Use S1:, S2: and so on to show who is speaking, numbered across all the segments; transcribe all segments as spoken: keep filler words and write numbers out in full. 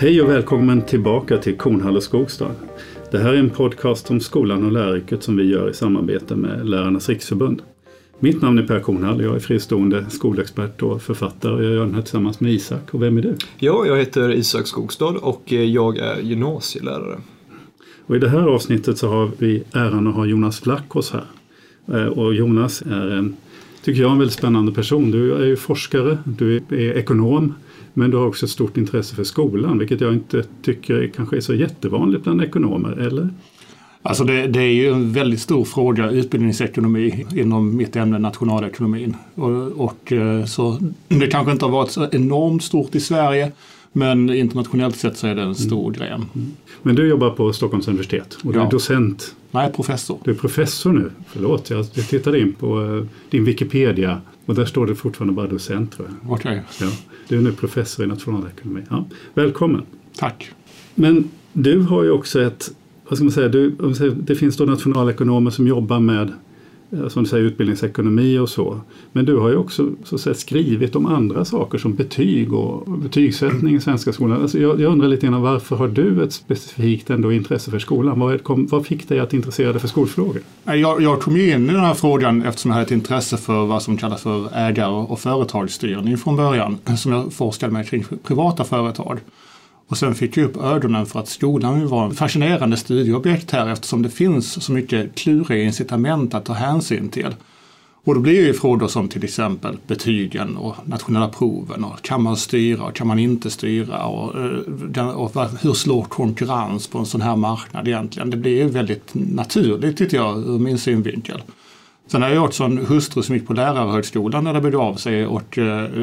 S1: Hej och välkommen tillbaka till Kornhall och Skogstad. Det här är en podcast om skolan och läraryrket som vi gör i samarbete med Lärarnas riksförbund. Mitt namn är Per Kornhall, jag är fristående skolexpert och författare och jag gör den här tillsammans med Isak. Och vem är du?
S2: Ja, jag heter Isak Skogstad och jag är gymnasielärare.
S1: Och i det här avsnittet så har vi äran att ha Jonas Vlachos här. Och Jonas är en, tycker jag, en väldigt spännande person. Du är ju forskare, du är ekonom. Men du har också ett stort intresse för skolan, vilket jag inte tycker kanske är så jättevanligt bland ekonomer, eller?
S3: Alltså det, det är ju en väldigt stor fråga, utbildningsekonomi inom mitt ämne nationalekonomin. Och, och så det kanske inte har varit så enormt stort i Sverige, men internationellt sett så är det en stor mm. gren.
S1: Mm. Men du jobbar på Stockholms universitet och du ja. är docent.
S3: Nej, professor.
S1: Du är professor nu, förlåt. Jag, jag tittade in på uh, din Wikipedia och där står det fortfarande bara docent, tror jag.
S3: Okej. Okay.
S1: Ja, du är nu professor i nationalekonomi. Ja, välkommen.
S3: Tack.
S1: Men du har ju också ett, vad ska man säga, du, det finns då nationalekonomer som jobbar med, som du säger, utbildningsekonomi och så. Men du har ju också så att säga, skrivit om andra saker som betyg och betygssättning i svenska skolan. Alltså jag, jag undrar lite grann, varför har du ett specifikt ändå intresse för skolan? Vad, kom, vad fick dig att intressera dig för skolfrågor?
S3: Jag, jag kom in i den här frågan eftersom jag hade ett intresse för vad som kallas för ägar- och företagsstyrning från början. Som jag forskade med kring privata företag. Och sen fick jag upp ögonen för att skolan var en fascinerande studieobjekt här eftersom det finns så mycket kluriga incitament att ta hänsyn till. Och då blir ju frågor som till exempel betygen och nationella proven och kan man styra och kan man inte styra och, och hur slår konkurrens på en sån här marknad egentligen. Det blir ju väldigt naturligt tycker jag ur min synvinkel. Sen har jag också en hustru som gick på lärarhögskolan när det begav sig och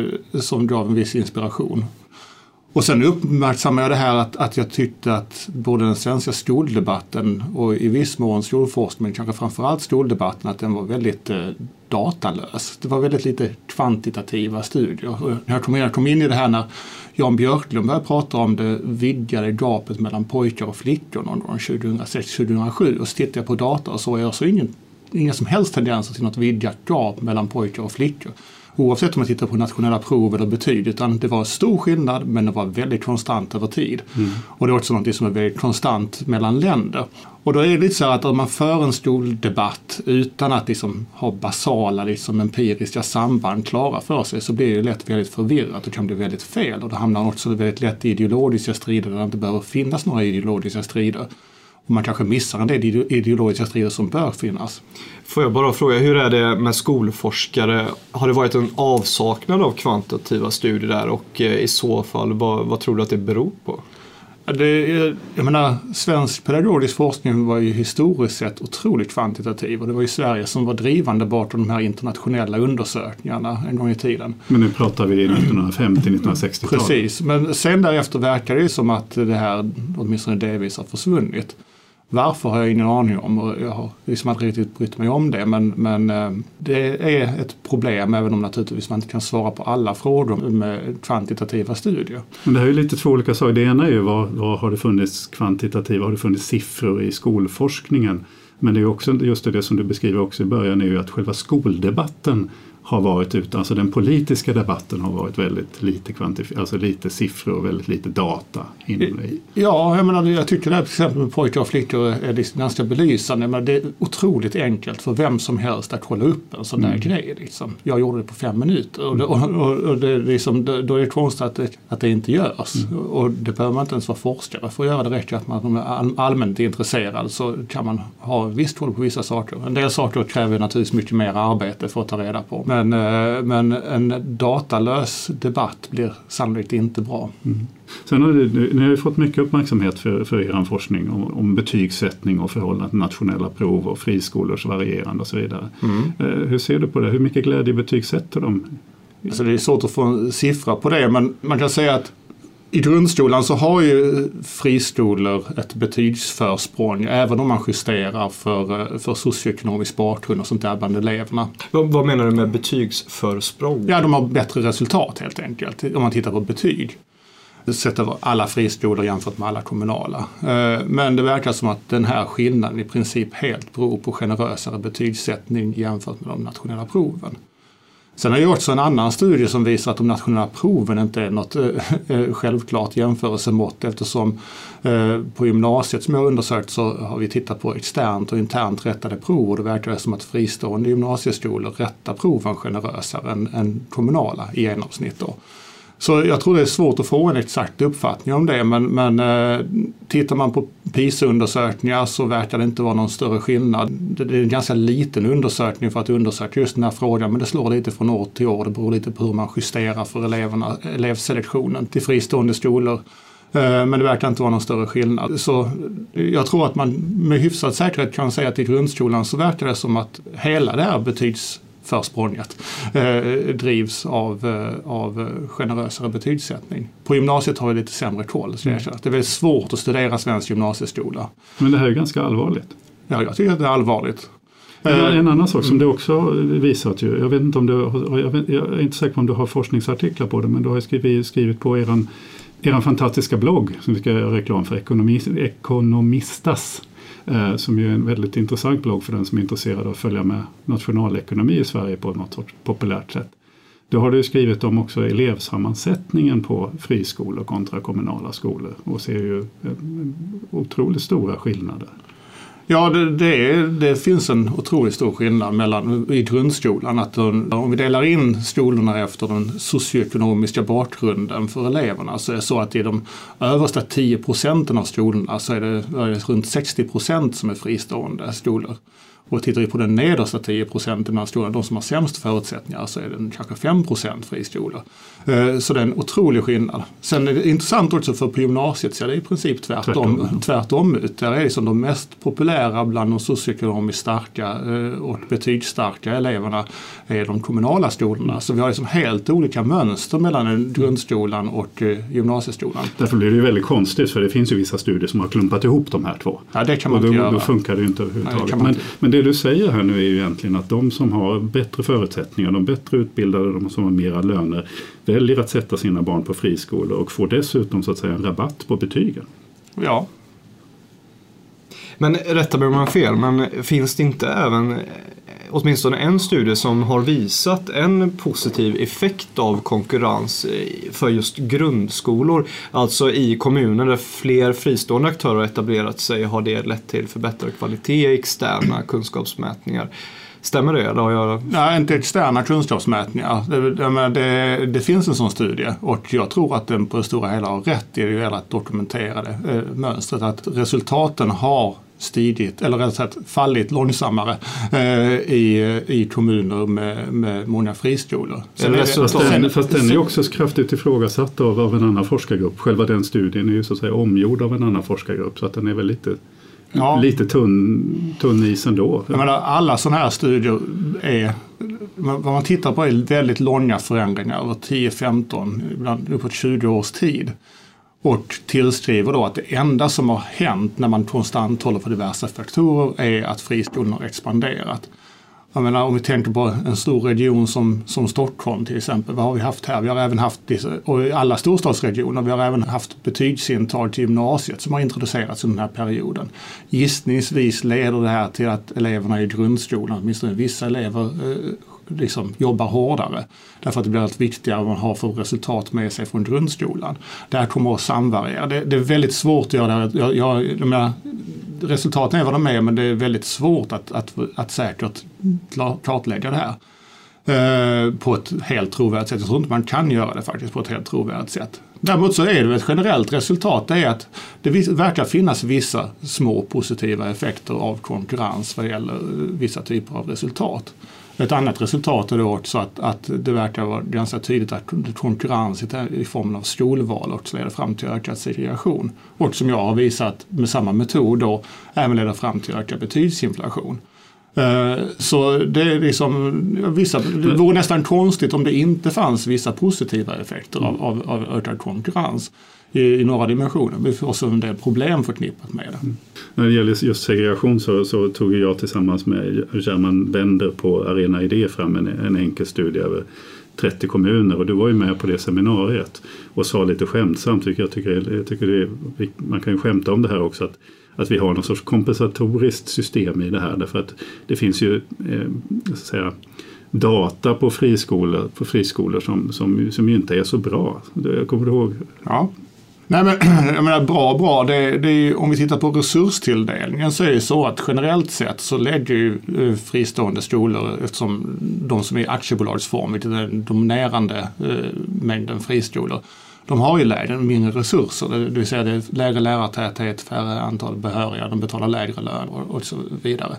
S3: som gav en viss inspiration. Och sen uppmärksammade jag det här att, att jag tyckte att både den svenska skoldebatten och i viss mån skolforskning, kanske framförallt skoldebatten, att den var väldigt eh, datalös. Det var väldigt lite kvantitativa studier. Och jag, kom in, jag kom in i det här när Jan Björklund började prata om det vidgade gapet mellan pojkar och flickor någon gång tjugohundrasex tjugohundrasju och så tittade jag på data och så jag så ingen, inga som helst tendenser till något vidgat gap mellan pojkar och flickor. Oavsett om man tittar på nationella prov eller betyg, utan det var stor skillnad men det var väldigt konstant över tid. Mm. Och det är också något som är väldigt konstant mellan länder. Och då är det lite så att om man för en skoldebatt utan att liksom ha basala liksom empiriska samband klara för sig så blir det lätt väldigt förvirrat och kan bli väldigt fel. Och då hamnar man också väldigt lätt i ideologiska strider där det inte behöver finnas några ideologiska strider. Och man kanske missar en del ideologiska strider som bör finnas.
S2: Får jag bara fråga, hur är det med skolforskare? Har det varit en avsaknad av kvantitativa studier där och i så fall, vad, vad tror du att det beror på?
S3: Det, jag menar, svensk pedagogisk forskning var ju historiskt sett otroligt kvantitativ och det var ju Sverige som var drivande bakom de här internationella undersökningarna en gång i tiden.
S1: Men nu pratar vi nittonhundrafemtio nittonhundrasextio-tal.
S3: Precis, men sen därefter verkar det ju som att det här åtminstone delvis har försvunnit. Varför har jag ingen aning om och jag har liksom aldrig riktigt brytt mig om det men, men det är ett problem även om naturligtvis man inte kan svara på alla frågor med kvantitativa studier.
S1: Men det här är ju lite två olika saker. Det ena är ju vad, vad har det funnits kvantitativa, har det funnits siffror i skolforskningen? Men det är också just det som du beskriver också i början är ju att själva skoldebatten har varit ute, alltså den politiska debatten har varit väldigt lite kvantif- alltså lite siffror och väldigt lite data inom det.
S3: Ja, jag menar, jag tycker det här till exempel med pojkar och flickor är liksom ganska belysande, men det är otroligt enkelt för vem som helst att kolla upp en sån där mm. grej. Liksom. Jag gjorde det på fem minuter och, det, och, och, och det, liksom, då är det konstigt att det, att det inte görs. Mm. Och det behöver man inte ens vara forskare för att göra. Det räcker att man är allmänt intresserad så kan man ha visst koll på vissa saker. En del saker kräver naturligtvis mycket mer arbete för att ta reda på. Men, men en datalös debatt blir sannolikt inte bra.
S1: Mm. Sen har det, ni har ju fått mycket uppmärksamhet för, för er forskning om, om betygssättning och förhållande till nationella prov och friskolors varierande och så vidare. Mm. Eh, hur ser du på det? Hur mycket glädje betygsätter de?
S3: Alltså det är svårt att få en siffra på det, men man kan säga att i grundskolan så har ju friskolor ett betygsförsprång även om man justerar för, för socioekonomisk bakgrund och sånt där bland eleverna.
S2: Vad, vad menar du med betygsförsprång?
S3: Ja, de har bättre resultat helt enkelt om man tittar på betyg. Sätter alla friskolor jämfört med alla kommunala. Men det verkar som att den här skillnaden i princip helt beror på generösare betygssättning jämfört med de nationella proven. Sen har jag gjort en annan studie som visar att de nationella proven inte är något eh, självklart jämförelsemått, eftersom eh, på gymnasiet som jag har undersökt så har vi tittat på externt och internt rättade prov, och det verkar som att fristående gymnasieskolor rättar proven generösare än, än kommunala i genomsnitt då. Så jag tror det är svårt att få en exakt uppfattning om det, men, men eh, tittar man på PISA-undersökningar så verkar det inte vara någon större skillnad. Det, det är en ganska liten undersökning för att undersöka just den här frågan, men det slår lite från år till år. Det beror lite på hur man justerar för eleverna, elevselektionen till fristående skolor. Eh, men det verkar inte vara någon större skillnad. Så jag tror att man med hyfsad säkerhet kan säga att i grundskolan så verkar det som att hela det här betyds försprånget eh, drivs av, eh, av generösare betygssättning. På gymnasiet har vi lite sämre koll. Så mm. Det är väldigt svårt att studera svensk gymnasieskola.
S1: Men det här är ganska allvarligt.
S3: Ja, jag tycker att det är allvarligt.
S1: En, en annan sak som du också visat ju, jag vet inte om du, jag, vet, jag är inte säker på om du har forskningsartiklar på det, men du har skrivit, skrivit på eran, eran fantastiska blogg som vi ska göra reklam för, Ekonomis, Ekonomistas. Eh, som ju är en väldigt intressant blogg för den som är intresserad av att följa med nationalekonomi i Sverige på något sorts populärt sätt. Då har du skrivit om också elevsammansättningen på friskolor kontra kommunala skolor och ser ju eh, otroligt stora skillnader.
S3: Ja, det, det, är, det finns en otroligt stor skillnad mellan i grundskolan. Att de, om vi delar in skolorna efter den socioekonomiska bakgrunden för eleverna, så är det så att i de översta tio procenten av skolorna så är det, är det runt sextio procent som är fristående skolor. Och tittar vi på den nedersta tio procenten av skolorna, de som har sämst förutsättningar, så är det kanske fem procent friskolor. Så det är en otrolig skillnad. Sen är det intressant också för på gymnasiet så är det i princip tvärtom, tvärtom ut. Där är det som de mest populära bland de socioekonomiskt starka och betygsstarka eleverna är de kommunala skolorna. Så vi har liksom helt olika mönster mellan grundskolan och gymnasieskolan.
S1: Därför blir det ju väldigt konstigt, för det finns ju vissa studier som har klumpat ihop de här två.
S3: Ja, det kan man
S1: och då,
S3: inte göra.
S1: Då funkar det ju inte överhuvudtaget.
S3: Nej,
S1: men, men det du säger här nu är ju egentligen att de som har bättre förutsättningar, de bättre utbildade, de som har mera löner, väljer att sätta sina barn på friskolor och får dessutom så att säga en rabatt på betygen.
S3: Ja.
S2: Men rätta mig om jag har fel, men finns det inte även åtminstone en studie som har visat en positiv effekt av konkurrens för just grundskolor? Alltså i kommuner där fler fristående aktörer har etablerat sig har det lett till förbättrad kvalitet i externa kunskapsmätningar. Stämmer det? Eller har jag...
S3: Nej, inte externa kunskapsmätningar. Det, det, det, det finns en sån studie och jag tror att den på det stora hela har rätt i det gäller att dokumentera det eh, mönstret. Att resultaten har stigit, eller rätt sagt fallit långsammare eh, i, i kommuner med, med många friskolor.
S1: Så det, fast, den, fast den är också kraftigt ifrågasatt av, av en annan forskargrupp. Själva den studien är ju så att säga omgjord av en annan forskargrupp, så att den är väl lite... Ja. Lite tunn, tunn is ändå.
S3: Jag menar, alla sådana här studier är, vad man tittar på är väldigt långa förändringar över tio femton, ibland uppåt tjugo års tid. Och tillskriver då att det enda som har hänt när man konstant håller för diverse faktorer är att friskolorna har expanderat. Jag menar, om vi tänker på en stor region som, som Stockholm till exempel, vad har vi haft här? Vi har även haft, och i alla storstadsregioner, vi har även haft betygsintag till gymnasiet som har introducerats under den här perioden. Gissningsvis leder det här till att eleverna i grundskolan, åtminstone vissa elever, eh, liksom jobbar hårdare. Därför att det blir allt viktigare vad man har för resultat med sig från grundskolan. Det här kommer att samvariera. Det, det är väldigt svårt att göra det. Jag, jag, jag menar, resultaten är vad de är, men det är väldigt svårt att, att, att säkert kartlägga det här eh, på ett helt trovärdigt sätt. Jag tror inte man kan göra det faktiskt på ett helt trovärdigt sätt. Däremot så är det ett generellt resultat, det är att det verkar finnas vissa små positiva effekter av konkurrens vad gäller vissa typer av resultat. Ett annat resultat är då också att, att det verkar vara ganska tydligt att konkurrens i form av skolval också leder fram till ökad segregation. Och som jag har visat med samma metod då även leder fram till ökad betygsinflation. Så det är liksom vissa, det vore nästan konstigt om det inte fanns vissa positiva effekter av, av, av ökad konkurrens i, i några dimensioner. Vi får också en del problem förknippat med det.
S1: Mm. När det gäller just segregation så, så tog jag tillsammans med German Bender på Arena Idé fram en, en enkel studie över trettio kommuner, och du var ju med på det seminariet och sa lite skämtsamt, tycker jag, tycker, jag tycker det är, man kan ju skämta om det här också, att att vi har någon sorts kompensatoriskt system i det här, därför att det finns ju eh, så att säga, data på friskolor, på friskolor som, som, som ju inte är så bra. Jag kommer ihåg.
S3: Ja. Nej, men jag menar, bra, bra. Det, det är, om vi tittar på resurstilldelningen så är det så att generellt sett så lägger ju fristående skolor, eftersom de som är aktiebolagsform, vilket är den dominerande eh, mängden friskolor, de har ju lägre, mindre resurser. Det vill säga det är lägre lärartäthet, färre antal behöriga, de betalar lägre lön och, och så vidare.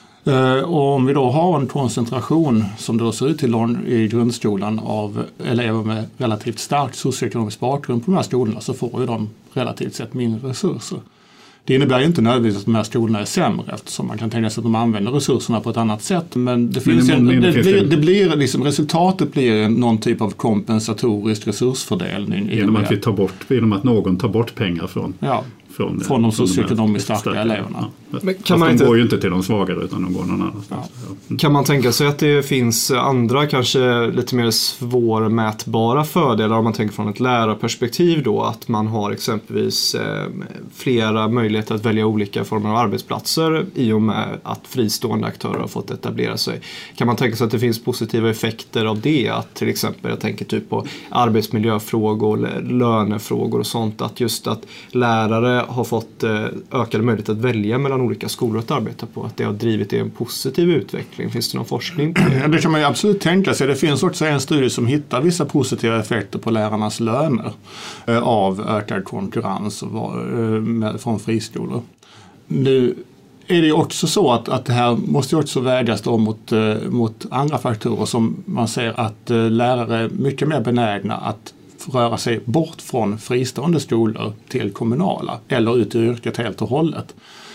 S3: Och om vi då har en koncentration som det ser ut till i grundskolan av elever med relativt stark socioekonomisk bakgrund på de här skolorna, så får ju de relativt sett mindre resurser. Det innebär ju inte nödvändigtvis att de här skolorna är sämre, eftersom man kan tänka sig att de använder resurserna på ett annat sätt. Men det, finns
S1: men det,
S3: en, det,
S1: det,
S3: blir, det blir liksom, resultatet blir någon typ av kompensatorisk resursfördelning.
S1: Genom att, vi tar bort, genom att någon tar bort pengar från...
S3: Ja. Från, från de socioekonomiskt starka, starka eleverna.
S1: Ja. Men kan man de inte... går ju inte till de svagare utan de går någon annanstans.
S2: Ja. Mm. Kan man tänka sig att det finns andra kanske lite mer svårmätbara fördelar om man tänker från ett lärarperspektiv då, att man har exempelvis eh, flera möjligheter att välja olika former av arbetsplatser i och med att fristående aktörer har fått etablera sig. Kan man tänka sig att det finns positiva effekter av det, att till exempel jag tänker typ på arbetsmiljöfrågor, lönefrågor och sånt, att just att lärare har fått eh, ökade möjligheter att välja mellan olika skolor att arbeta på, att det har drivit i en positiv utveckling. Finns det någon forskning på det?
S3: Det kan man ju absolut tänka sig. Det finns också en studie som hittar vissa positiva effekter på lärarnas löner eh, av ökad konkurrens och, eh, med, från friskolor. Nu är det också så att, att det här måste också vägas då mot, eh, mot andra faktorer som man ser att eh, lärare är mycket mer benägna att röra sig bort från fristående skolor till kommunala eller ut i yrket helt och hållet.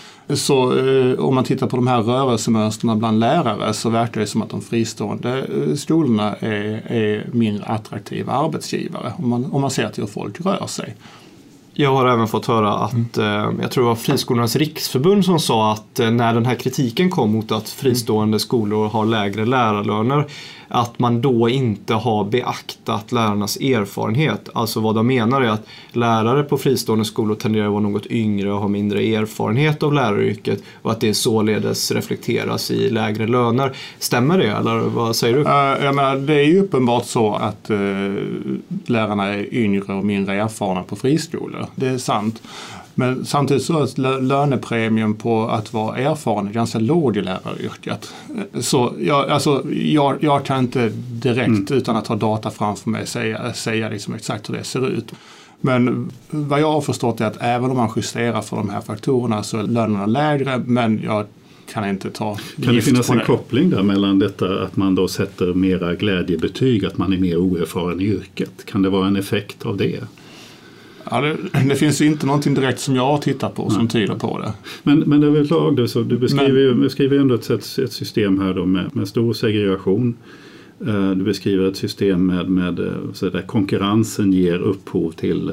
S3: Så eh, om man tittar på de här rörelsemönsterna bland lärare så verkar det som att de fristående eh, skolorna är, är mindre attraktiva arbetsgivare om man, om man ser till hur folk rör sig.
S2: Jag har även fått höra att, eh, jag tror det var Friskolornas riksförbund som sa att eh, när den här kritiken kom mot att fristående skolor har lägre lärarlöner, att man då inte har beaktat lärarnas erfarenhet. Alltså vad de menar är att lärare på fristående skolor tenderar att vara något yngre och ha mindre erfarenhet av läraryrket och att det således reflekteras i lägre löner. Stämmer det eller vad säger du?
S3: Uh, jag menar, det är ju uppenbart så att uh, lärarna är yngre och mindre erfarna på friskolor. Det är sant. Men samtidigt så är lönepremien på att vara erfaren ganska låg i läraryrket. Så jag, alltså, jag, jag kan inte direkt mm. utan att ha data framför mig säga, säga liksom exakt hur det ser ut. Men vad jag har förstått är att även om man justerar för de här faktorerna så är lönerna lägre, men jag kan inte ta
S1: Kan det finnas en det. koppling där mellan detta att man då sätter mera glädjebetyg, att man är mer oerfaren i yrket? Kan det vara en effekt av det?
S3: Ja, det, det finns ju inte någonting direkt som jag har tittat på som Nej. tyder på det.
S1: Men, men det är väl klart, du, så du beskriver, men, beskriver ändå ett, ett system här då med, med stor segregation. Du beskriver ett system med, med så där konkurrensen ger upphov till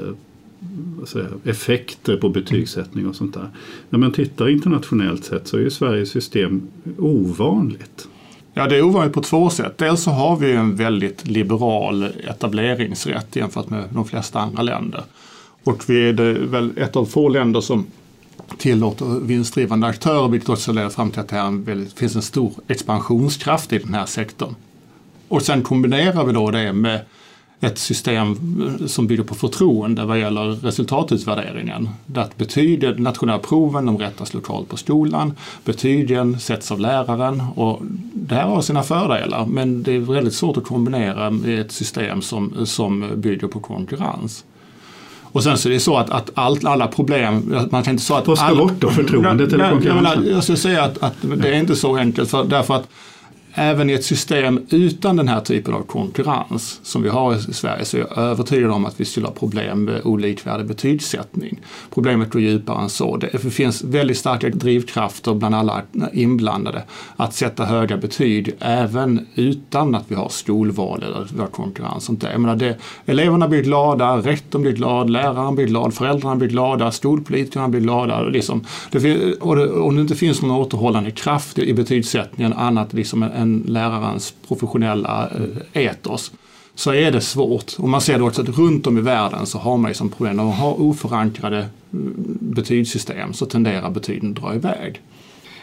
S1: så effekter på betygssättning och sånt där. När man tittar internationellt sett så är ju Sveriges system ovanligt.
S3: Ja, det är ovanligt på två sätt. Dels så har vi en väldigt liberal etableringsrätt jämfört med de flesta andra länder. Och vi är det väl ett av få länder som tillåter vinstdrivande aktörer, vilket också leder fram till att det här väldigt, finns en stor expansionskraft i den här sektorn. Och sen kombinerar vi då det med ett system som bygger på förtroende vad gäller resultatutvärderingen. Där betyder nationella proven, de rättas lokalt på skolan, betygen sätts av läraren och det här har sina fördelar, men det är väldigt svårt att kombinera med ett system som, som bygger på konkurrens. Och sen så är det så att, att allt, alla problem, man kan inte säga att...
S1: Vad ska all, bort då, förtroendet eller konkurrensen?
S3: Jag, jag skulle säga att, att det är inte så enkelt, för, därför att även i ett system utan den här typen av konkurrens som vi har i Sverige så är jag övertygad om att vi skulle ha problem med olikvärdig betygssättning. Problemet går djupare än så. Det finns väldigt starka drivkrafter bland alla inblandade att sätta höga betyg även utan att vi har skolval eller vi har konkurrens. Jag menar det, eleverna blir glada, rektorn blir glad, läraren blir glad, föräldrarna blir glada, skolpolitikerna blir glada. Liksom. Det, och det, om det inte finns någon återhållande kraft i betygssättningen annat liksom en än lärarens professionella etos, så är det svårt. Och man ser då också att runt om i världen så har man ju som problem, när man har oförankrade betygssystem så tenderar betygen att dra iväg.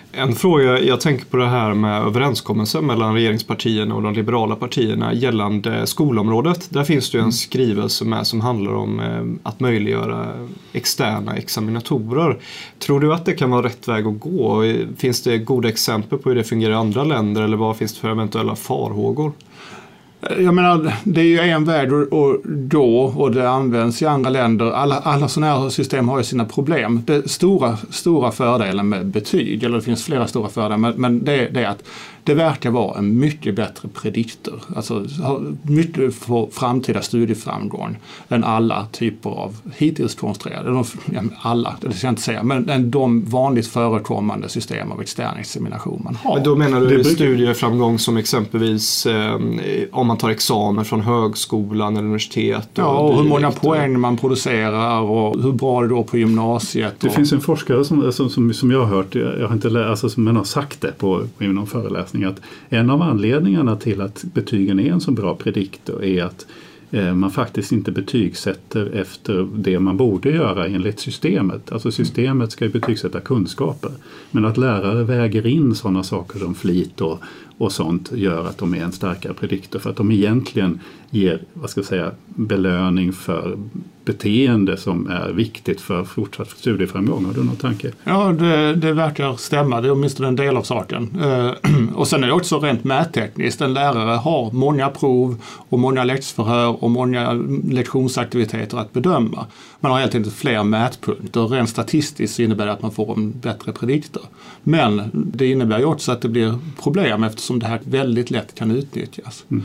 S2: En fråga, jag tänker på det här med överenskommelsen mellan regeringspartierna och de liberala partierna gällande skolområdet. Där finns det ju en skrivelse med som handlar om att möjliggöra externa examinatorer. Tror du att det kan vara rätt väg att gå? Finns det goda exempel på hur det fungerar i andra länder eller vad finns det för eventuella farhågor?
S3: Jag menar, det är ju en väg och då och det används i andra länder. Alla, alla sådana här system har ju sina problem. Det stora, stora fördelen med betyg, eller det finns flera stora fördelar, men, men det, det är att det verkar vara en mycket bättre prediktor. Alltså mycket för framtida studieframgång än alla typer av hittills konstruerade, alla, det ska jag inte säga, men de vanligt förekommande system av extern examination man har.
S2: Men då menar du studieframgång som exempelvis eh, om man tar examen från högskolan eller universitet? Och
S3: ja, och hur många poäng man producerar och hur bra det går på gymnasiet.
S1: Det
S3: och...
S1: finns en forskare som, som, som, som jag har hört, jag har inte läst, alltså, som har sagt det på, på någon föreläsning, att en av anledningarna till att betygen är en så bra prediktor är att eh, man faktiskt inte betygsätter efter det man borde göra enligt systemet. Alltså systemet ska ju betygsätta kunskaper. Men att lärare väger in sådana saker som flit och, och sånt gör att de är en starkare prediktor. För att de egentligen ger, vad ska jag säga, belöning för beteende som är viktigt för fortsatt studieframgång. Har du någon tanke?
S3: Ja, det, det verkar stämma. Det är åtminstone en del av saken. Eh, och sen är det också rent mättekniskt. En lärare har många prov och många läxförhör och många lektionsaktiviteter att bedöma. Man har helt enkelt fler mätpunkter. Rent statistiskt innebär det att man får en bättre prediktor. Men det innebär ju också att det blir problem eftersom det här väldigt lätt kan utnyttjas. Mm.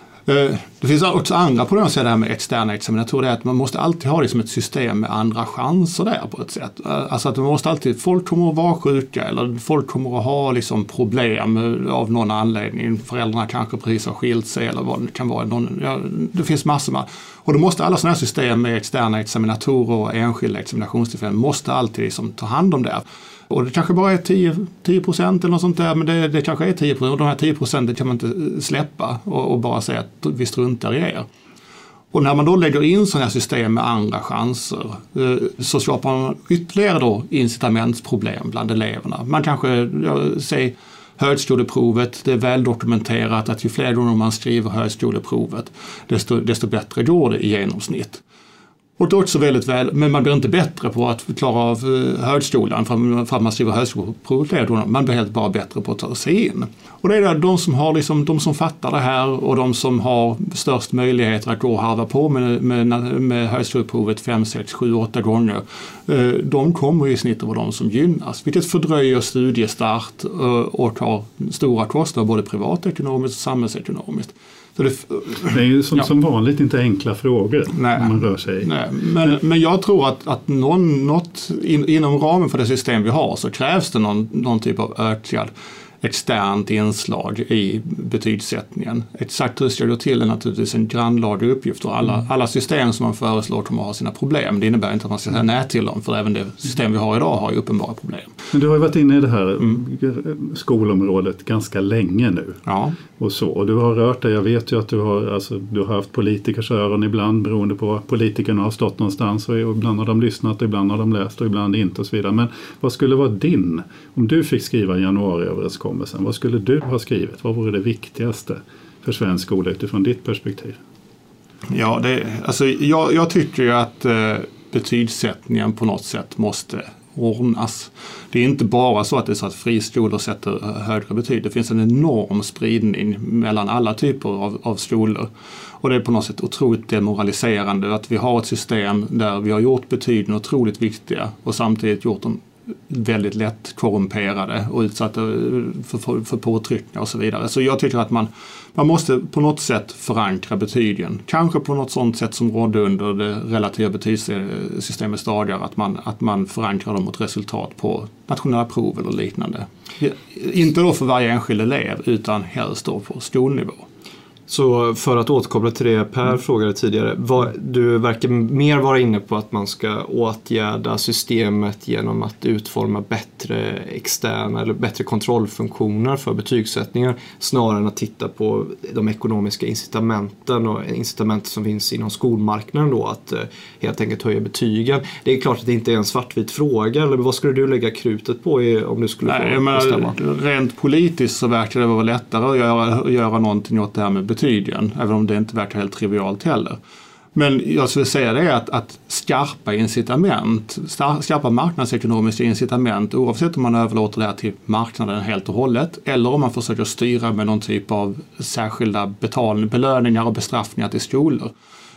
S3: Det finns också andra problem att säga det här med externa examinatorer, det är att man måste alltid ha liksom ett system med andra chanser där på ett sätt. Alltså att man måste alltid, folk kommer att vara sjuka eller folk kommer att ha liksom problem av någon anledning. Föräldrarna kanske precis har skilt sig eller vad det kan vara. Någon, ja, det finns massor med. Och då måste alla sådana här system med externa examinatorer och enskilda examinationstillfällen måste alltid liksom ta hand om det. Och det kanske bara är tio procent eller något sånt där, men det, det kanske är tio procent och de här tio procenten kan man inte släppa och, och bara säga att vi struntar i er. Och när man då lägger in sådana här system med andra chanser så skapar man ytterligare då incitamentsproblem bland eleverna. Man kanske, jag säger, högskoleprovet, det är väl dokumenterat att ju fler gånger man skriver högskoleprovet desto, desto bättre går det i genomsnitt. Och det är också väldigt väl, men man blir inte bättre på att klara av högskolan för att man skriver högskoleprovet. Man blir helt bara bättre på att ta sig in. Och det är de som, har liksom, de som fattar det här och de som har störst möjligheter att gå och harva på med, med, med högskoleprovet fem, sex, sju, åtta gånger. De kommer i snitt att vara de som gynnas, vilket fördröjer studiestart och har stora kostnader både privatekonomiskt och samhällsekonomiskt. Det,
S1: det är ju som, ja. som vanligt inte enkla frågor
S3: nej,
S1: om man rör sig.
S3: Nej, men, men, men jag tror att, att någon, något in, inom ramen för det system vi har så krävs det någon, någon typ av ökad externt inslag i betygssättningen. Exakt hur det ska gå till är naturligtvis en grannlaga uppgift och alla, mm. alla system som man föreslår kommer att ha sina problem. Det innebär inte att man ska säga nej till dem, för även det system vi har idag har ju uppenbara problem.
S1: Men du har ju varit inne i det här mm. skolområdet ganska länge nu.
S3: Ja.
S1: Och så. Och du har rört dig, jag vet ju att du har, alltså, du har haft politikers öron ibland beroende på vad politikerna har stått någonstans och ibland har de lyssnat, ibland har de läst och ibland inte och så vidare. Men vad skulle vara din, om du fick skriva januariöverenskommelsen, vad skulle du ha skrivit? Vad vore det viktigaste för svensk skola utifrån ditt perspektiv?
S3: Ja, det, alltså, jag, jag tycker ju att eh, betygssättningen på något sätt måste ordnas. Det är inte bara så att det är så att friskolor sätter högre betyg. Det finns en enorm spridning mellan alla typer av, av skolor. Och det är på något sätt otroligt demoraliserande att vi har ett system där vi har gjort betygen otroligt viktiga och samtidigt gjort dem väldigt lätt korrumperade och utsatta för, för, för påtryckningar och så vidare. Så jag tycker att man, man måste på något sätt förankra betygen. Kanske på något sådant sätt som rådde under det relativa betygssystemets dagar, att man, att man förankrar dem mot resultat på nationella prov eller liknande. Inte då för varje enskild elev utan helst då på skolnivå.
S2: Så för att återkoppla till det Per mm. frågade tidigare, vad, du verkar mer vara inne på att man ska åtgärda systemet genom att utforma bättre externa eller bättre kontrollfunktioner för betygssättningar snarare än att titta på de ekonomiska incitamenten och incitament som finns inom skolmarknaden då att eh, helt enkelt höja betygen. Det är klart att det inte är en svartvit fråga, eller vad skulle du lägga krutet på i, om du skulle
S3: Nej,
S2: få
S3: men
S2: bestämma?
S3: Rent politiskt så verkar det vara lättare att göra, göra någonting åt det här med betygen, även om det inte verkar helt trivialt heller. Men jag skulle säga det är att, att skarpa incitament, skarpa marknadsekonomiska incitament, oavsett om man överlåter det här till marknaden helt och hållet eller om man försöker styra med någon typ av särskilda betalning, belöningar och bestraffningar till skolor.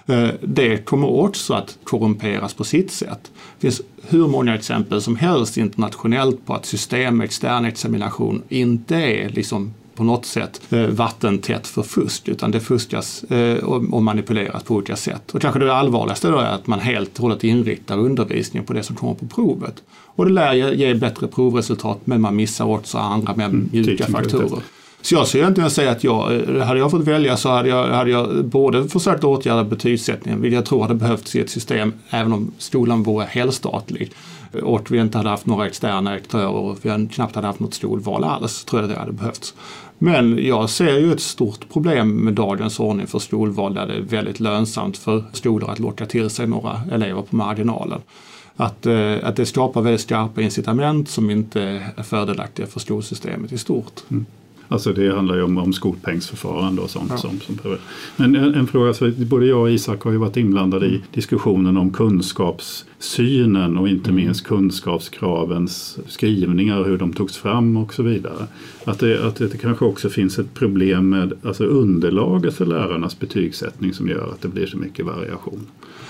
S3: Det kommer också att korrumperas på sitt sätt. Det finns hur många exempel som helst internationellt på att system med extern examination inte är liksom på något sätt vattentätt för fusk, utan det fuskas och manipuleras på olika sätt. Och kanske det allvarligaste då är att man helt och hållet inriktar undervisningen på det som kommer på provet. Och det lär ge bättre provresultat, men man missar också andra med mjuka mm, faktorer. Så jag skulle egentligen säga att jag, hade jag fått välja så hade jag, hade jag både försökt åtgärda betygssättningen, vilket jag tror hade behövts i ett system även om skolan vore helstatlig. Och vi inte hade haft några externa aktörer och vi knappt hade haft något skolval alls, tror jag det hade behövts. Men jag ser ju ett stort problem med dagens ordning för skolval där det är väldigt lönsamt för skolor att locka till sig några elever på marginalen. Att, att det skapar väldigt skarpa incitament som inte är fördelaktiga för skolsystemet i stort. Mm.
S1: Alltså det handlar ju om, om skolpengsförfarande och sånt. Ja. Som, som Men en, en fråga, så både jag och Isak har ju varit inblandade i diskussionen om kunskapssynen och inte mm. minst kunskapskravens skrivningar, hur de togs fram och så vidare. Att det, att det kanske också finns ett problem med alltså underlaget för lärarnas betygssättning som gör att det blir så mycket variation.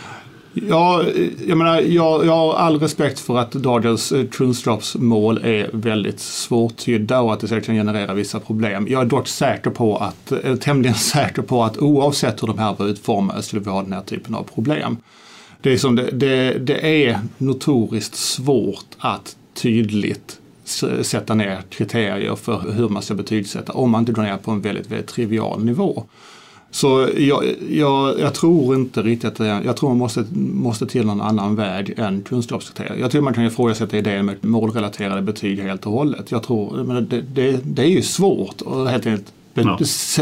S3: Ja, jag menar, jag, jag har all respekt för att dagens kunskapsmål är väldigt svårtydda och att det säkert kan generera vissa problem. Jag är dock säker på att, eller tämligen säker på att oavsett hur de här var utformade skulle vi ha den här typen av problem. Det är, som det, det, det är notoriskt svårt att tydligt sätta ner kriterier för hur man ska betygsätta om man inte går ner på en väldigt, väldigt trivial nivå. Så jag, jag, jag tror inte riktigt att det, jag tror man måste, måste till någon annan väg än kunskapskriterier. Jag tror man kan ifrågasätta idén med målrelaterade betyg helt och hållet. Jag tror, men det, det, det är ju svårt att helt enkelt ja.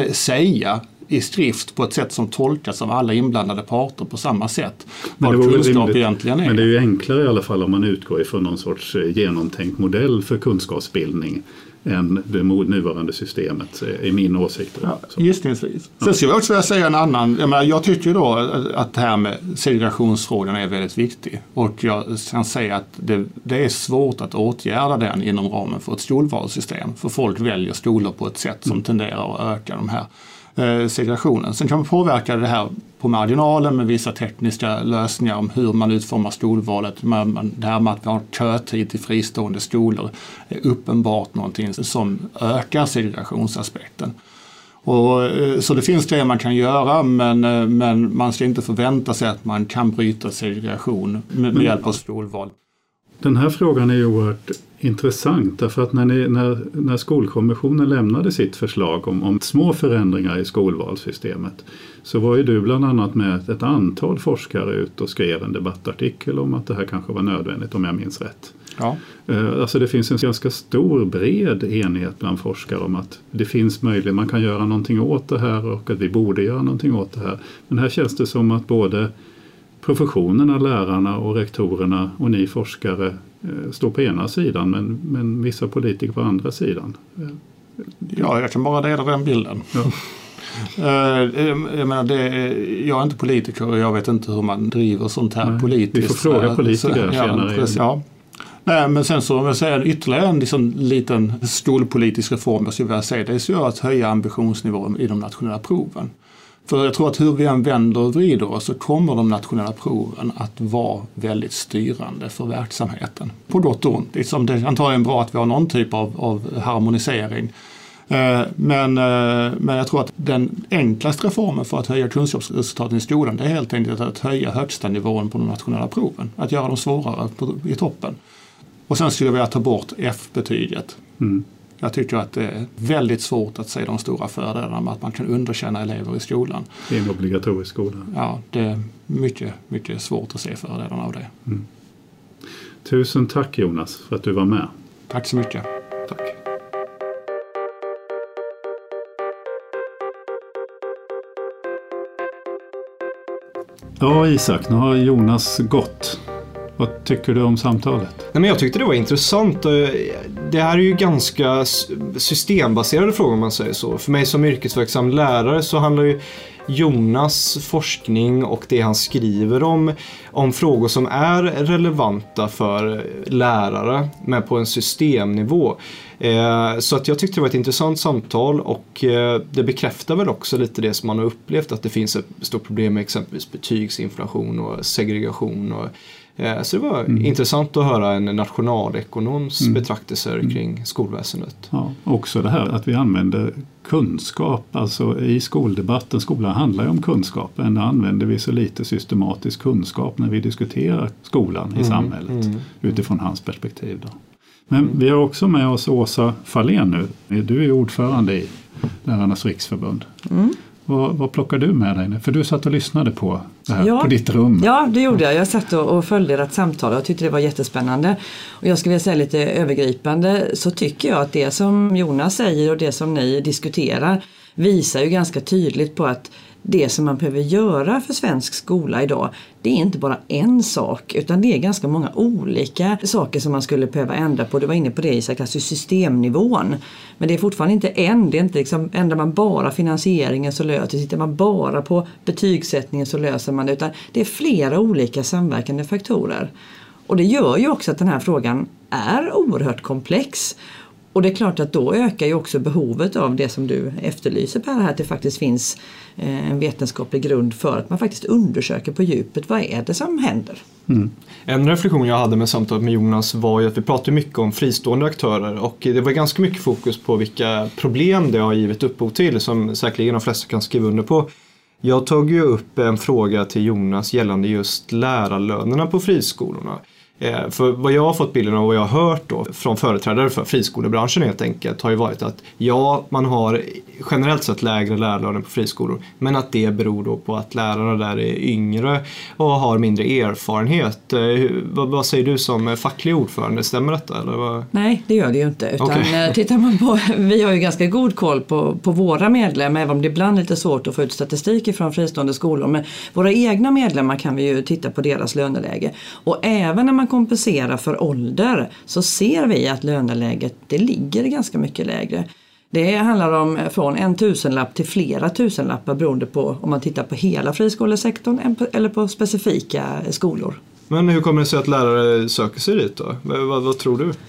S3: säga i skrift på ett sätt som tolkas av alla inblandade parter på samma sätt.
S1: Men
S3: vad
S1: kunskap
S3: rimligt, egentligen är.
S1: Men det är ju enklare i alla fall om man utgår ifrån någon sorts genomtänkt modell för kunskapsbildning än det nuvarande systemet i min åsikt.
S3: Ja, gissningsvis. Sen skulle jag också vilja säga en annan. Jag, menar, jag tycker då att det här med segregationsfrågan är väldigt viktig. Och jag kan säga att det, det är svårt att åtgärda den inom ramen för ett skolvalssystem. För folk väljer skolor på ett sätt som mm. tenderar att öka de här eh, segregationen. Sen kan man påverka det här på marginalen med vissa tekniska lösningar om hur man utformar skolvalet. Man, man, det här med att vi har kötid till fristående skolor är uppenbart någonting som ökar segregationsaspekten. Och, så det finns det man kan göra, men, men man ska inte förvänta sig att man kan bryta segregation med, med hjälp av skolval.
S1: Den här frågan är ju oerhört intressant därför att när, ni, när, när skolkommissionen lämnade sitt förslag om, om små förändringar i skolvalssystemet så var ju du bland annat med ett antal forskare ut och skrev en debattartikel om att det här kanske var nödvändigt om jag minns rätt.
S3: Ja.
S1: Alltså det finns en ganska stor bred enighet bland forskare om att det finns möjlighet, man kan göra någonting åt det här och att vi borde göra någonting åt det här. Men här känns det som att både professionerna, lärarna och rektorerna och ni forskare eh, står på ena sidan men, men vissa politiker på andra sidan.
S3: Ja, jag kan bara dela den bilden. Ja. jag, menar, det är, jag är inte politiker och jag vet inte hur man driver sånt här Nej, politiskt.
S1: Vi får fråga politiker
S3: ja,
S1: senare.
S3: Precis, ja. Nej, men sen så om jag säger ytterligare en liksom, liten skolpolitisk reform jag skulle vilja säga, det är så att höja ambitionsnivån i de nationella proven. För jag tror att hur vi än vänder och vrider så kommer de nationella proven att vara väldigt styrande för verksamheten. På gott och ont. Liksom det är antagligen bra att vi har någon typ av, av harmonisering. Men, men jag tror att den enklaste reformen för att höja kunskapsresultaten i skolan det är helt enkelt att höja högsta nivån på de nationella proven. Att göra dem svårare på, i toppen. Och sen skulle vi ta bort F-betyget. Mm. Jag tycker att det är väldigt svårt att se de stora fördelarna med att man kan underkänna elever i skolan.
S1: Det är en obligatorisk skola.
S3: Ja, det är mycket, mycket svårt att se fördelarna av det.
S1: Mm. Tusen tack Jonas för att du var med.
S3: Tack så mycket.
S2: Tack.
S1: Ja Isak, nu har Jonas gått. Vad tycker du om samtalet?
S2: Nej, men jag tyckte det var intressant. Det här är ju ganska systembaserade frågor om man säger så. För mig som yrkesverksam lärare så handlar ju Jonas forskning och det han skriver om om frågor som är relevanta för lärare men på en systemnivå. Eh, så att jag tyckte det var ett intressant samtal och eh, det bekräftar väl också lite det som man har upplevt, att det finns ett stort problem med exempelvis betygsinflation och segregation och så det var mm. intressant att höra en nationalekonoms mm. betraktelser mm. kring skolväsendet.
S1: Ja, också det här att vi använder kunskap, alltså i skoldebatten, skolan handlar ju om kunskap, ändå använder vi så lite systematisk kunskap när vi diskuterar skolan i mm. samhället mm. utifrån hans perspektiv då. Men mm. vi har också med oss Åsa Fahlén nu. Du är ordförande i Lärarnas riksförbund. Mm. Vad, vad plockar du med dig? För du satt och lyssnade på det här
S4: ja,
S1: på ditt rum.
S4: Ja, det gjorde jag. Jag satt och, och följde ert samtal och tyckte det var jättespännande. Och jag skulle vilja säga lite övergripande så tycker jag att det som Jonas säger och det som ni diskuterar visar ju ganska tydligt på att det som man behöver göra för svensk skola idag, det är inte bara en sak utan det är ganska många olika saker som man skulle behöva ändra på. Du var inne på det Isak, alltså systemnivån. Men det är fortfarande inte en, det är inte liksom, ändrar man bara finansieringen så löser det, tittar man bara på betygssättningen så löser man det, utan det är flera olika samverkande faktorer. Och det gör ju också att den här frågan är oerhört komplex. Och det är klart att då ökar ju också behovet av det som du efterlyser Per, här, att det faktiskt finns en vetenskaplig grund för att man faktiskt undersöker på djupet vad är det som händer.
S2: Mm. En reflektion jag hade med samtalet med Jonas var ju att vi pratade mycket om fristående aktörer och det var ganska mycket fokus på vilka problem det har givit upphov till som säkerligen de flesta kan skriva under på. Jag tog ju upp en fråga till Jonas gällande just lärarlönerna på friskolorna. För vad jag har fått bilden av och vad jag har hört då från företrädare för friskolebranschen helt enkelt har ju varit att ja, man har generellt sett lägre lärarlöner på friskolor men att det beror då på att lärarna där är yngre och har mindre erfarenhet. Vad, vad säger du som facklig ordförande? Stämmer detta? Eller vad?
S4: Nej, det gör det ju inte. Utan
S2: okay.
S4: Tittar man på, vi har ju ganska god koll på, på våra medlemmar, även om det ibland är lite svårt att få ut statistik från fristående skolor. Men våra egna medlemmar kan vi ju titta på deras löneläge. Och även när man kompenserar för ålder så ser vi att löneläget det ligger ganska mycket lägre. Det handlar om från en tusenlapp till flera tusenlappar beroende på om man tittar på hela friskolesektorn eller på specifika skolor.
S2: Men hur kommer det sig att lärare söker sig dit då? Vad, vad tror du?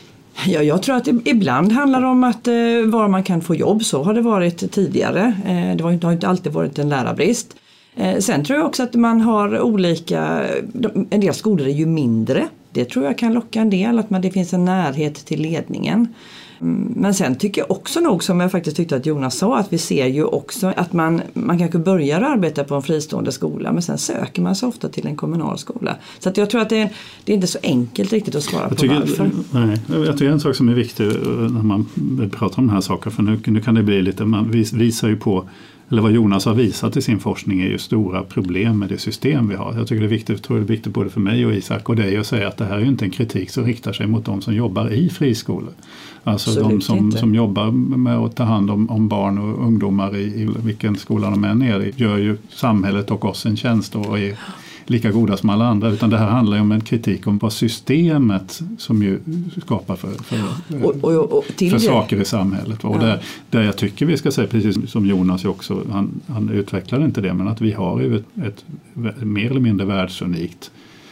S4: Ja, jag tror att ibland handlar det om att eh, var man kan få jobb, så har det varit tidigare. Eh, det, var inte, det har inte alltid varit en lärarbrist. Eh, sen tror jag också att man har olika, en del skolor är ju mindre. Det tror jag kan locka en del, att man, det finns en närhet till ledningen. Men sen tycker jag också nog, som jag faktiskt tyckte att Jonas sa, att vi ser ju också att man, man kanske börjar arbeta på en fristående skola men sen söker man sig ofta till en kommunal skola. Så att jag tror att det är, det är inte så enkelt riktigt att svara
S1: jag
S4: på
S1: tycker,
S4: varför.
S1: Nej, jag tycker en sak som är viktig när man pratar om den här saken, för nu, nu kan det bli lite, man visar ju på, eller vad Jonas har visat i sin forskning är ju stora problem med det system vi har. Jag tycker det är viktigt, tror det är viktigt både för mig och Isak och dig att säga att det här är ju inte en kritik som riktar sig mot de som jobbar i friskolor. Alltså absolut de som, som jobbar med att ta hand om, om barn och ungdomar i, i vilken skola de än är i, gör ju samhället och oss en tjänst och är lika goda som alla andra, utan det här handlar ju om en kritik om vad systemet som ju skapar för, för, och, och, och för saker i samhället. Och ja. där, där jag tycker vi ska säga, precis som Jonas också, han, han utvecklar inte det, men att vi har ju ett, ett mer eller mindre världsunikt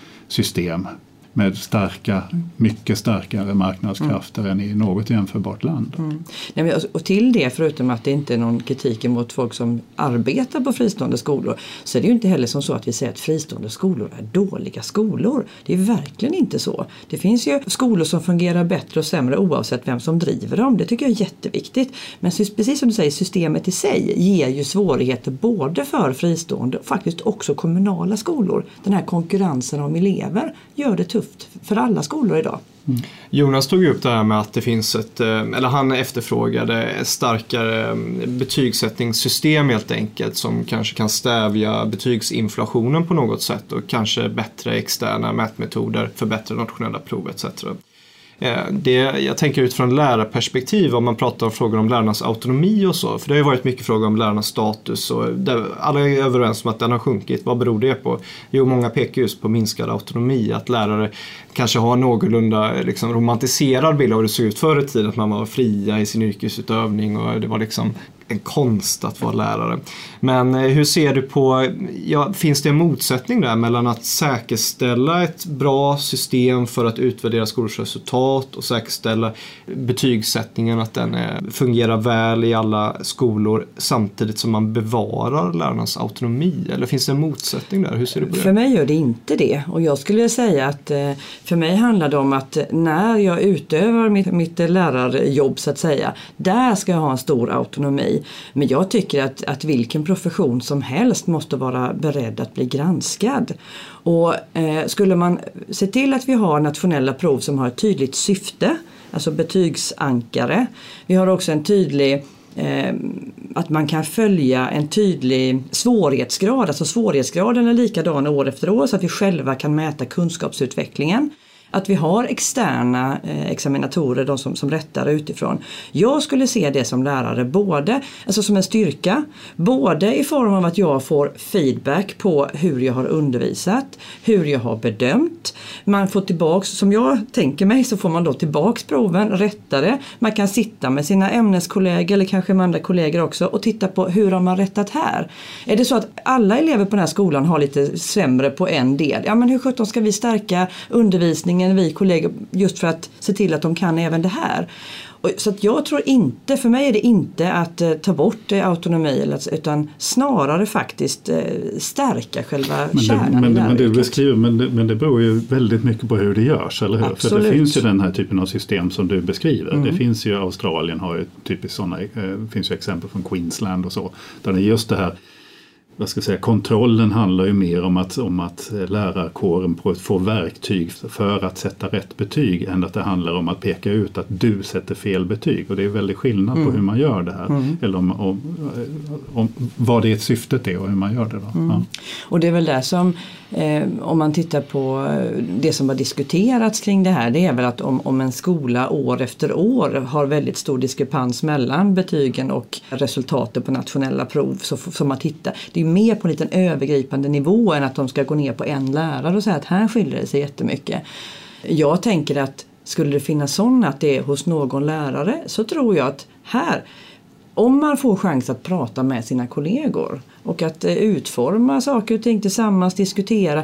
S1: system med starka, mycket starkare marknadskrafter mm. än i något jämförbart land.
S4: Mm. Nej, och till det, förutom att det inte är någon kritik mot folk som arbetar på fristående skolor, så är det ju inte heller som så att vi säger att fristående skolor är dåliga skolor. Det är verkligen inte så. Det finns ju skolor som fungerar bättre och sämre oavsett vem som driver dem. Det tycker jag är jätteviktigt. Men precis som du säger, systemet i sig ger ju svårigheter både för fristående och faktiskt också kommunala skolor. Den här konkurrensen om elever gör det tufft tufft för alla skolor idag.
S2: Mm. Jonas tog upp det här med att det finns ett, eller han efterfrågade ett starkare betygssättningssystem helt enkelt som kanske kan stävja betygsinflationen på något sätt och kanske bättre externa mätmetoder, förbättra nationella prov et cetera. Det, jag tänker utifrån lärarperspektiv om man pratar om frågor om lärarnas autonomi och så, för det har ju varit mycket frågor om lärarnas status och det, alla är överens om att den har sjunkit. Vad beror det på? Jo, många pekar just på minskad autonomi, att lärare kanske har någorlunda liksom, romantiserad bild av hur det såg ut förr i tiden, att man var fria i sin yrkesutövning och det var liksom en konst att vara lärare. Men hur ser du på, ja, finns det en motsättning där mellan att säkerställa ett bra system för att utvärdera skolors resultat och säkerställa betygssättningen, att den fungerar väl i alla skolor samtidigt som man bevarar lärarnas autonomi? Eller finns det en motsättning där? Hur ser du på det?
S4: För mig gör det inte det. Och jag skulle säga att för mig handlar det om att när jag utövar mitt, mitt lärarjobb så att säga, där ska jag ha en stor autonomi. Men jag tycker att, att vilken profession som helst måste vara beredd att bli granskad. Och eh, skulle man se till att vi har nationella prov som har ett tydligt syfte, alltså betygsankare. Vi har också en tydlig, eh, att man kan följa en tydlig svårighetsgrad. Alltså svårighetsgraden är likadan år efter år så att vi själva kan mäta kunskapsutvecklingen. Att vi har externa eh, examinatorer, de som, som rättar utifrån. Jag skulle se det som lärare både, alltså som en styrka, både i form av att jag får feedback på hur jag har undervisat, hur jag har bedömt. Man får tillbaks, som jag tänker mig, så får man då tillbaks proven, rättare. Man kan sitta med sina ämneskollegor eller kanske med andra kollegor också och titta på hur har man rättat här. Är det så att alla elever på den här skolan har lite sämre på en del? Ja, men hur sjutton ska vi stärka undervisningen, vi kollegor, just för att se till att de kan även det här. Och, så att jag tror inte, för mig är det inte att eh, ta bort eh, autonomi eller, utan snarare faktiskt eh, stärka själva
S1: men det,
S4: kärnan
S1: men,
S4: i
S1: men det beskriver, men det, men det beror ju väldigt mycket på hur det görs, eller hur?
S4: Absolut.
S1: För det finns ju den här typen av system som du beskriver.
S4: Mm.
S1: Det finns ju, Australien har ju typiskt sådana, eh, det finns ju exempel från Queensland och så, där det är just det här, vad ska jag säga, kontrollen handlar ju mer om att, om att lärarkåren får verktyg för att sätta rätt betyg än att det handlar om att peka ut att du sätter fel betyg. Och det är väldigt skillnad mm. på hur man gör det här. Mm. Eller om, om, om vad det är syftet är och hur man gör det då.
S4: Mm. Ja. Och det är väl där som, eh, om man tittar på det som har diskuterats kring det här, det är väl att om, om en skola år efter år har väldigt stor diskrepans mellan betygen och resultaten på nationella prov, så får man titta. Det är mer på en liten övergripande nivå än att de ska gå ner på en lärare och säga att här skiljer det sig jättemycket. Jag tänker att skulle det finnas sådana att det är hos någon lärare, så tror jag att här, om man får chans att prata med sina kollegor och att utforma saker och ting tillsammans, diskutera,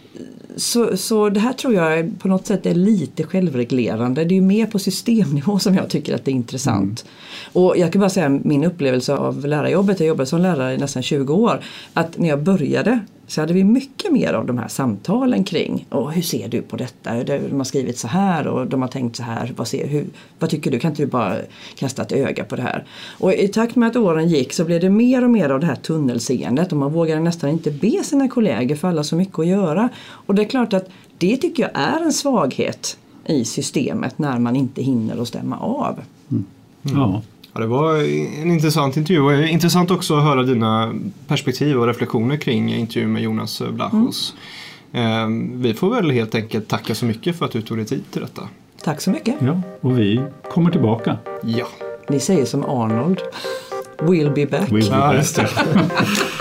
S4: Så, så det här tror jag på något sätt är lite självreglerande. Det är ju mer på systemnivå som jag tycker att det är intressant. Mm. Och jag kan bara säga min upplevelse av lärarjobbet, jag jobbade som lärare i nästan tjugo år, att när jag började så hade vi mycket mer av de här samtalen kring, och hur ser du på detta? De har skrivit så här och de har tänkt så här, vad, ser, hur, vad tycker du? Kan inte du bara kasta ett öga på det här? Och i takt med att åren gick så blev det mer och mer av det här tunnelseendet, och man vågade nästan inte be sina kollegor för alla så mycket att göra. Och det är klart att det tycker jag är en svaghet i systemet när man inte hinner att stämma av.
S1: Mm. Mm. Ja.
S2: Ja, det var en intressant intervju, och intressant också att höra dina perspektiv och reflektioner kring intervjun med Jonas Blachos. Mm. Vi får väl helt enkelt tacka så mycket för att du tog dig tid till detta.
S4: Tack så mycket.
S1: Ja, och vi kommer tillbaka.
S2: Ja.
S4: Ni säger som Arnold. We'll be back.
S1: We'll be
S2: ja,
S1: back.
S2: Just det.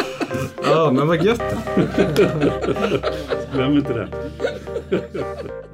S2: Ja, men vad gött.
S1: Glöm inte det.